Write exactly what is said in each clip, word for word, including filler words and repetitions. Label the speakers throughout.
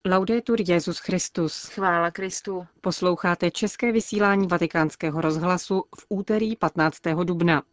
Speaker 1: Laudetur Jesus Christus.
Speaker 2: Chvála Kristu.
Speaker 1: Posloucháte české vysílání Vatikánského rozhlasu v úterý patnáctého dubna.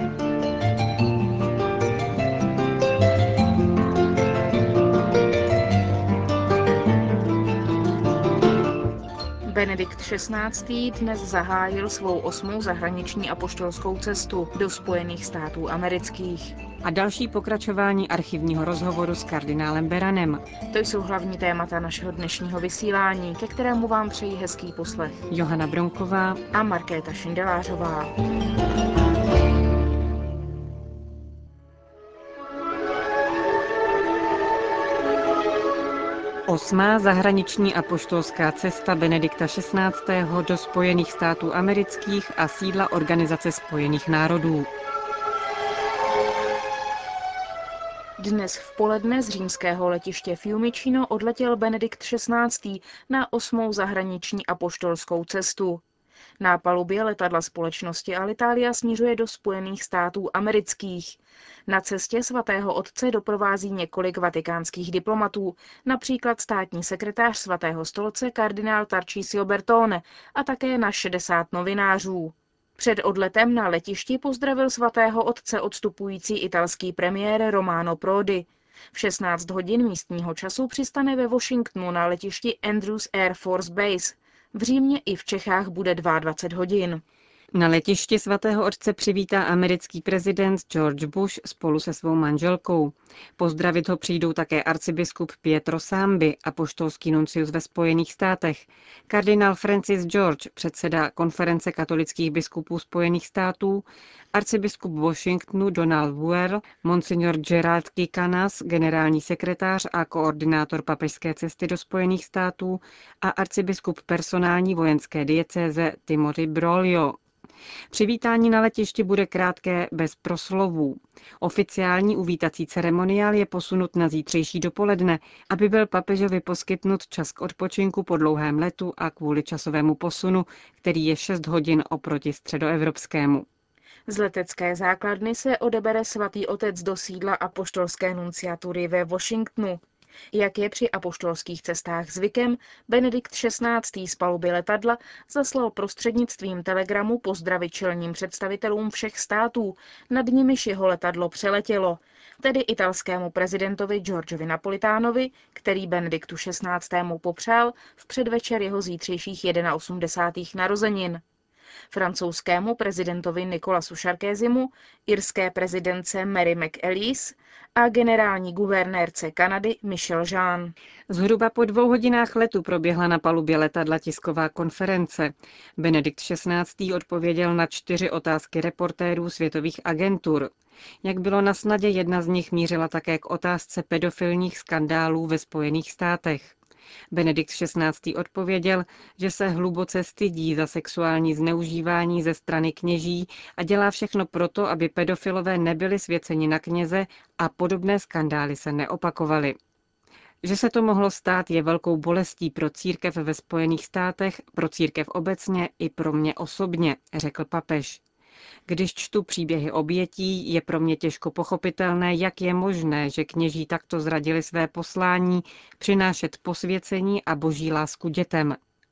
Speaker 2: Benedikt šestnáctý. dnes zahájil svou osmou zahraniční apoštolskou cestu do Spojených států amerických.
Speaker 1: A další pokračování archivního rozhovoru s kardinálem Beranem.
Speaker 2: To jsou hlavní témata našeho dnešního vysílání, ke kterému vám přejí hezký poslech
Speaker 1: Johana Bronková
Speaker 2: a Markéta Šindelářová.
Speaker 1: Osmá zahraniční apoštolská cesta Benedikta šestnáctého. do Spojených států amerických a sídla Organizace spojených národů.
Speaker 2: Dnes v poledne z římského letiště Fiumicino odletěl Benedikt šestnáctý. na osmou zahraniční apoštolskou cestu. Na palubě letadla společnosti Alitalia směřuje do Spojených států amerických. Na cestě svatého otce doprovází několik vatikánských diplomatů, například státní sekretář svatého stolce kardinál Tarcisio Bertone a také na šedesát novinářů. Před odletem na letišti pozdravil svatého otce odstupující italský premiér Romano Prodi. V šestnáct hodin místního času přistane ve Washingtonu na letišti Andrews Air Force Base. V Římě i v Čechách bude dvacet dva hodin.
Speaker 1: Na letišti svatého otce přivítá americký prezident George Bush spolu se svou manželkou. Pozdravit ho přijdou také arcibiskup Pietro Sambi, apoštolský nuncius ve Spojených státech, kardinál Francis George, předseda konference katolických biskupů Spojených států, arcibiskup Washingtonu Donald Buell, monsignor Gerald Kikanas, generální sekretář a koordinátor papežské cesty do Spojených států a arcibiskup personální vojenské diecéze Timothy Broglio. Přivítání na letišti bude krátké, bez proslovů. Oficiální uvítací ceremoniál je posunut na zítřejší dopoledne, aby byl papežovi poskytnut čas k odpočinku po dlouhém letu a kvůli časovému posunu, který je šest hodin oproti středoevropskému.
Speaker 2: Z letecké základny se odebere svatý otec do sídla apoštolské nunciatury ve Washingtonu. Jak je při apoštolských cestách zvykem, Benedikt šestnáctý. z paluby letadla zaslal prostřednictvím telegramu pozdravy čelním představitelům všech států, nad nimiž jeho letadlo přeletělo, tedy italskému prezidentovi Giorgiovi Napolitánovi, který Benediktu šestnáctému. popřál v předvečer jeho zítřejších osmdesátých narozenin. Francouzskému prezidentovi Nicolasu Sarkozymu, irské prezidentce Mary McAleese a generální guvernérce Kanady Michelle Jean.
Speaker 1: Zhruba po dvou hodinách letu proběhla na palubě letadla tisková konference. Benedikt šestnáctý. odpověděl na čtyři otázky reportérů světových agentur. Jak bylo nasnadě, jedna z nich mířila také k otázce pedofilních skandálů ve Spojených státech. Benedikt šestnáctý. odpověděl, že se hluboce stydí za sexuální zneužívání ze strany kněží a dělá všechno proto, aby pedofilové nebyli svěceni na kněze a podobné skandály se neopakovaly. Že se to mohlo stát, je velkou bolestí pro církev ve Spojených státech, pro církev obecně i pro mě osobně, řekl papež. Když čtu příběhy obětí, je pro mě těžko pochopitelné, jak je možné, že kněží takto zradili své poslání přinášet posvěcení a boží lásku dětem.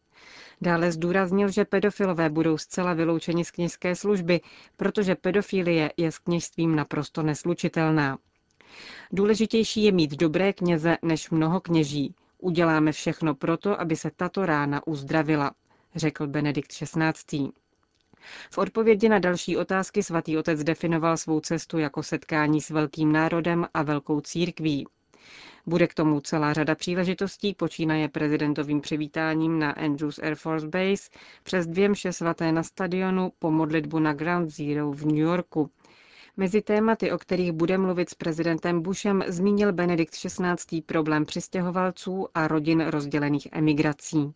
Speaker 1: Dále zdůraznil, že pedofilové budou zcela vyloučeni z kněžské služby, protože pedofilie je s kněžstvím naprosto neslučitelná. Důležitější je mít dobré kněze než mnoho kněží. Uděláme všechno proto, aby se tato rána uzdravila, řekl Benedikt šestnáctý. V odpovědi na další otázky svatý otec definoval svou cestu jako setkání s velkým národem a velkou církví. Bude k tomu celá řada příležitostí, počínaje prezidentovým přivítáním na Andrews Air Force Base, přes dvě mše svaté na stadionu, po modlitbu na Ground Zero v New Yorku. Mezi tématy, o kterých bude mluvit s prezidentem Bushem, zmínil Benedikt šestnáctý. problém přistěhovalců a rodin rozdělených emigrací.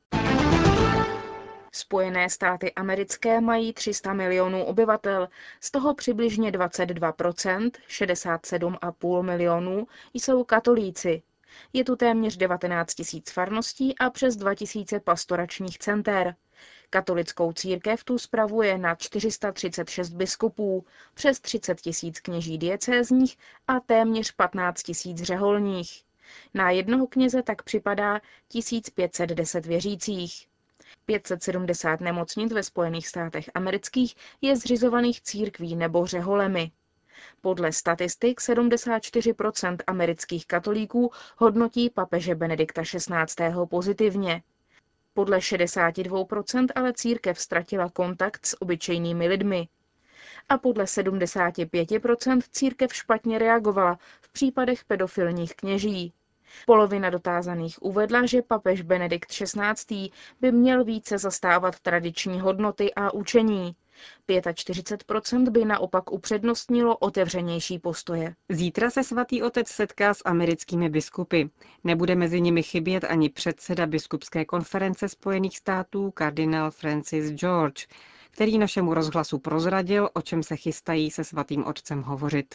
Speaker 2: Spojené státy americké mají tři sta milionů obyvatel, z toho přibližně dvacet dva procent, šedesát sedm celá pět milionů, jsou katolíci. Je tu téměř devatenáct tisíc farností a přes dva tisíce pastoračních center. Katolickou církev tu spravuje na čtyři sta třicet šest biskupů, přes třicet tisíc kněží diecézních a téměř patnáct tisíc řeholních. Na jednoho kněze tak připadá tisíc pět set deset věřících. pět set sedmdesát nemocnic ve Spojených státech amerických je zřizovaných církví nebo řeholemi. Podle statistik sedmdesát čtyři procent amerických katolíků hodnotí papeže Benedikta šestnáctého pozitivně. Podle šedesát dva procent ale církev ztratila kontakt s obyčejnými lidmi. A podle sedmdesát pět procent církev špatně reagovala v případech pedofilních kněží. Polovina dotázaných uvedla, že papež Benedikt šestnáctý by měl více zastávat tradiční hodnoty a učení. čtyřicet pět procent by naopak upřednostnilo otevřenější postoje.
Speaker 1: Zítra se svatý otec setká s americkými biskupy. Nebude mezi nimi chybět ani předseda biskupské konference Spojených států kardinál Francis George, který našemu rozhlasu prozradil, o čem se chystají se svatým otcem hovořit.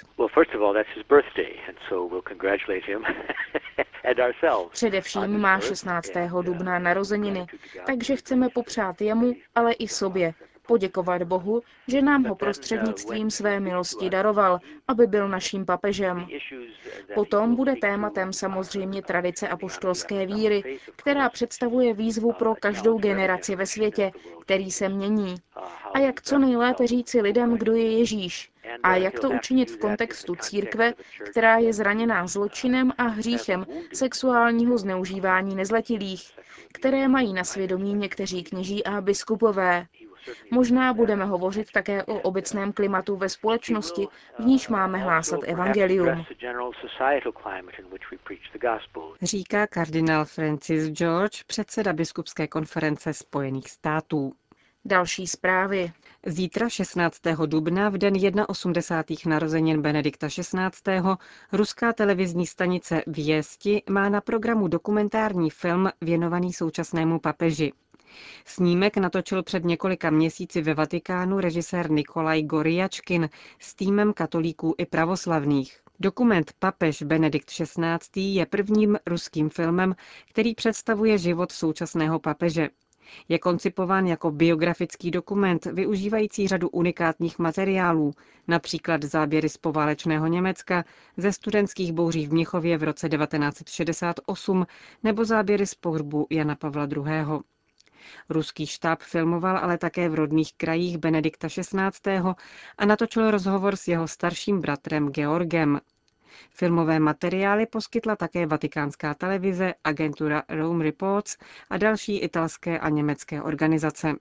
Speaker 2: Především má šestnáctého dubna narozeniny, takže chceme popřát jemu, ale i sobě. Poděkovat Bohu, že nám ho prostřednictvím své milosti daroval, aby byl naším papežem. Potom bude tématem samozřejmě tradice apoštolské víry, která představuje výzvu pro každou generaci ve světě, který se mění. A jak co nejlépe říci lidem, kdo je Ježíš. A jak to učinit v kontextu církve, která je zraněná zločinem a hříchem sexuálního zneužívání nezletilých, které mají na svědomí někteří kněží a biskupové. Možná budeme hovořit také o obecném klimatu ve společnosti, v níž máme hlásat evangelium.
Speaker 1: Říká kardinál Francis George, předseda biskupské konference Spojených států.
Speaker 2: Další zprávy.
Speaker 1: Zítra šestnáctého dubna, v den osmdesátých narozenin Benedikta šestnáctého. ruská televizní stanice Věsti má na programu dokumentární film věnovaný současnému papeži. Snímek natočil před několika měsíci ve Vatikánu režisér Nikolaj Gorjačkin s týmem katolíků i pravoslavných. Dokument Papež Benedikt šestnáctý. Je prvním ruským filmem, který představuje život současného papeže. Je koncipován jako biografický dokument, využívající řadu unikátních materiálů, například záběry z poválečného Německa, ze studentských bouří v Mnichově v roce devatenáct set šedesát osm nebo záběry z pohřbu Jana Pavla druhého. Ruský štáb filmoval ale také v rodných krajích Benedikta šestnáctého. a natočil rozhovor s jeho starším bratrem Georgem. Filmové materiály poskytla také vatikánská televize, agentura Rome Reports a další italské a německé organizace.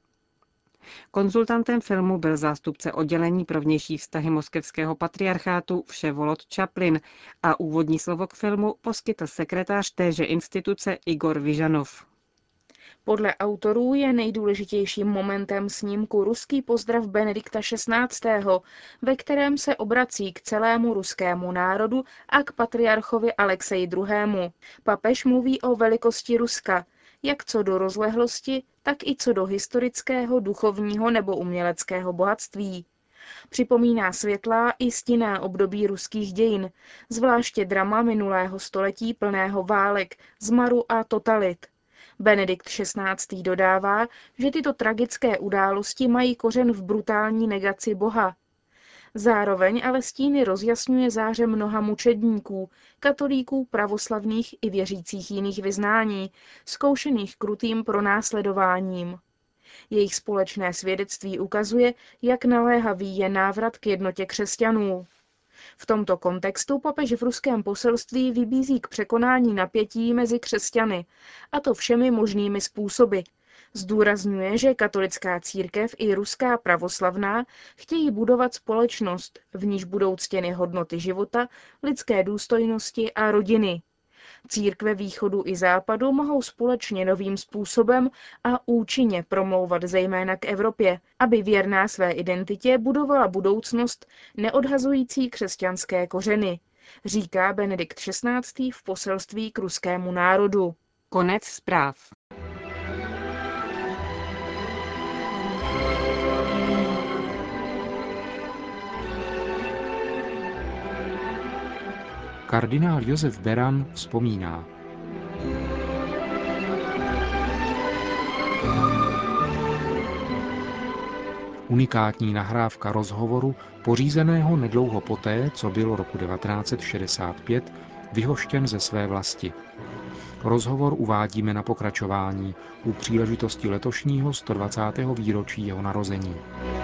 Speaker 1: Konzultantem filmu byl zástupce oddělení pro vnější vztahy moskevského patriarchátu Vševolod Čaplin a úvodní slovo k filmu poskytl sekretář téže instituce Igor Vyžanov.
Speaker 2: Podle autorů je nejdůležitějším momentem snímku ruský pozdrav Benedikta šestnáctého. ve kterém se obrací k celému ruskému národu a k patriarchovi Alexeji druhému. Papež mluví o velikosti Ruska, jak co do rozlehlosti, tak i co do historického, duchovního nebo uměleckého bohatství. Připomíná světlá i stinná období ruských dějin, zvláště drama minulého století plného válek, zmaru a totalit. Benedikt šestnáctý. dodává, že tyto tragické události mají kořen v brutální negaci Boha. Zároveň ale stíny rozjasňuje záře mnoha mučedníků, katolíků, pravoslavných i věřících jiných vyznání, zkoušených krutým pronásledováním. Jejich společné svědectví ukazuje, jak naléhavý je návrat k jednotě křesťanů. V tomto kontextu papež v ruském poselství vybízí k překonání napětí mezi křesťany, a to všemi možnými způsoby. Zdůrazňuje, že katolická církev i ruská pravoslavná chtějí budovat společnost, v níž budou ctěny hodnoty života, lidské důstojnosti a rodiny. Církve východu i západu mohou společně novým způsobem a účinně promlouvat zejména k Evropě, aby věrná své identitě budovala budoucnost neodhazující křesťanské kořeny, říká Benedikt šestnáctý. v poselství k ruskému národu.
Speaker 1: Konec zpráv.
Speaker 3: Kardinál Josef Beran vzpomíná. Unikátní nahrávka rozhovoru, pořízeného nedlouho poté, co byl roku devatenáct set šedesát pět vyhoštěn ze své vlasti. Rozhovor uvádíme na pokračování u příležitosti letošního sto dvacátého výročí jeho narození.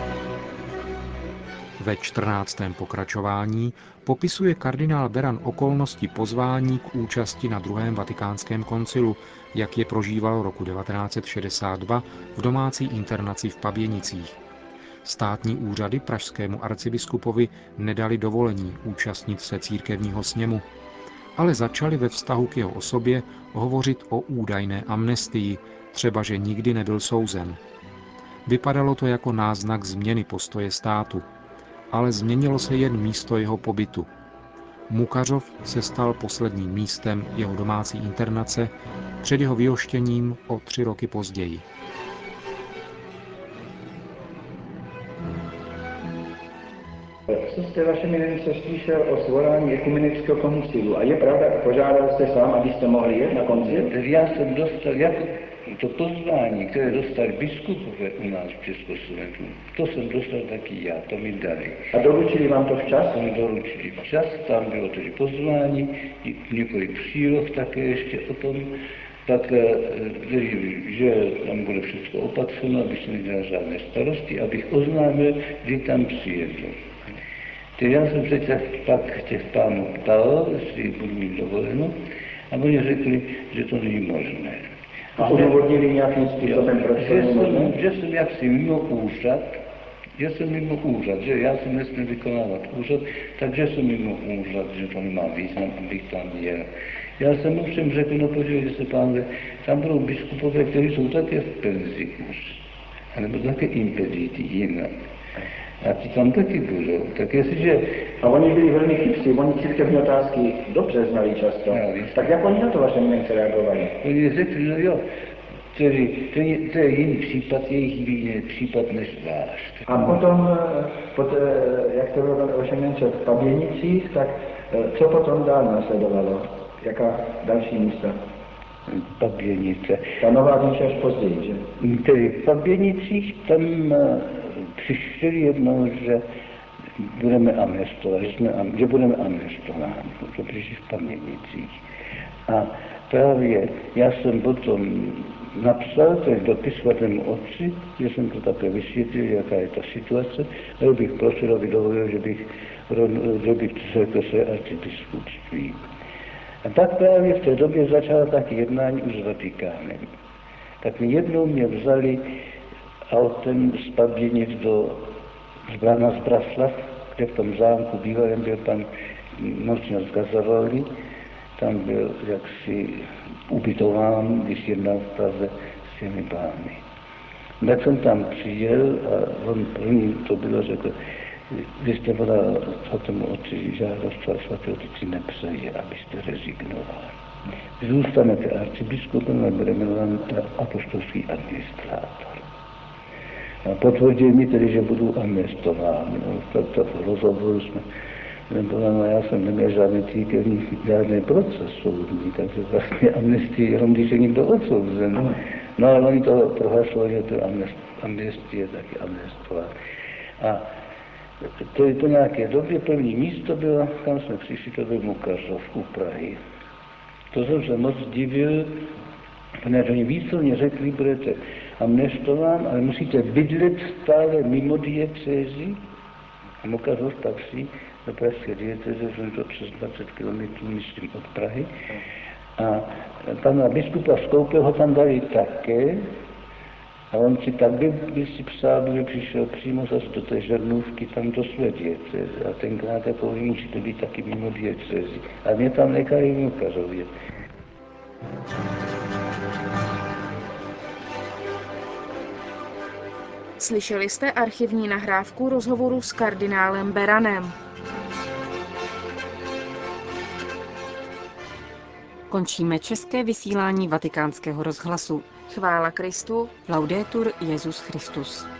Speaker 3: Ve čtrnáctém pokračování popisuje kardinál Beran okolnosti pozvání k účasti na druhém vatikánském koncilu, jak je prožíval roku devatenáct set šedesát dva v domácí internaci v Paběnicích. Státní úřady pražskému arcibiskupovi nedali dovolení účastnit se církevního sněmu, ale začali ve vztahu k jeho osobě hovořit o údajné amnestii, třeba že nikdy nebyl souzen. Vypadalo to jako náznak změny postoje státu, ale změnilo se jen místo jeho pobytu. Mukařov se stal posledním místem jeho domácí internace před jeho vyhoštěním o tři roky později.
Speaker 4: Co jste, vaše eminence, slyšel o svolání ekumenického koncilu? A je pravda, požádal jste sám, abyste mohli jet na koncil?
Speaker 5: Já jsem dostal, jak to pozvání, které dostali biskupové u nás v Československu, to jsem dostal taky já, to mi dali.
Speaker 4: A doručili vám to včas?
Speaker 5: To mi doručili včas, tam bylo tedy pozvání, několik příloh také ještě o tom, tak, že tam bude všechno opatřeno, aby se nedělal žádné starosti, abych oznámil, kdy tam přijedu. Tedy já jsem se těch, pak těch pánů ptal, jestli budu mít dovoleno, a oni řekli, že to není možné.
Speaker 4: A odůvodnili nějakým způsobem, proč to není možné?
Speaker 5: Že jsem jaksi mimo úřad, že jsem mimo úřad, že já jsem nesmím vykonávat úřad, takže jsem mimo úřad, že to nemá význam, abych tam jel. Já jsem mu všem řekl, no podívejte se, pánové, tam budou biskupové, kteří jsou také v penzi už, anebo také impediti jinak. A ti tam taky budou. Tak jestliže...
Speaker 4: A oni byli velmi chytří, oni církevní otázky dobře znali často.
Speaker 5: No,
Speaker 4: tak jak oni na to vaše eminence reagovali?
Speaker 5: Oni řekli, no jo, tedy, to, je, to je jiný případ, jejich jiný případ než váš.
Speaker 4: A potom, pot, jak to bylo vaše eminence v Paběnicích, tak co potom dál následovalo? Jaká další místa?
Speaker 5: Paběnice.
Speaker 4: Ta nová říše až později, že?
Speaker 5: Tedy v Paběnicích tam přišli jednou, že budeme amnestovat, že, jsme, že budeme amnestováni, to přišli v Paběnicích. A právě já jsem potom napsal ten dopis svatému otci, že jsem to také vysvětlil, jaká je ta situace, a bych prosil, aby dovolil, že bych, že bych řekl se arcibiskupství. A tak právě v té době začala taky jednání už s Vatikánem. Tak mi jednou mě vzali autem z Paběnic do na Zbraslav, kde v tom zámku bývalém byl pan Monsignor Gazzaroli, tam byl jaksi ubytován, když jednal v Praze s těmi pány. Tak jsem tam přijel a on první to bylo, řekl, vy jste podal svatému otci žádost, a svatý otec si nepřeje, abyste rezignoval. Vy zůstanete arcibiskupem a bude jmenován apoštolský administrátor. A potvrdil mi tedy, že budu amnestován. No, tak v rozhovoru jsme nebyla, no já jsem neměl žádný církevní, žádný proces soudní, takže vlastně amnestii jenom když je někdo odsouzen. No ale oni to prohlasovali, že to amnestie taky amnestován. A to je to nějaké době, první místo bylo, kam jsme přišli, to byl Mukařov u Prahy. To jsem se moc divil, protože oni výslovně řekli, budete amnestován, ale musíte bydlet stále mimo diecézi. A Mukařov patří do pražské diecéze, že je to přes dvacet kilometrů, myslím, od Prahy. A pana biskupa Skoupil ho tam dali také, a on si tak by, by si přál, že přišel přímo zase do té Žernůvky, tam do své diecéze. A tenkrát jako oni musíte být taky mimo diecézi. A mě tam nechali v Mukařově.
Speaker 2: Slyšeli jste archivní nahrávku rozhovoru s kardinálem Beranem.
Speaker 1: Končíme české vysílání Vatikánského rozhlasu.
Speaker 2: Chvála Kristu.
Speaker 1: Laudetur Jesus Christus.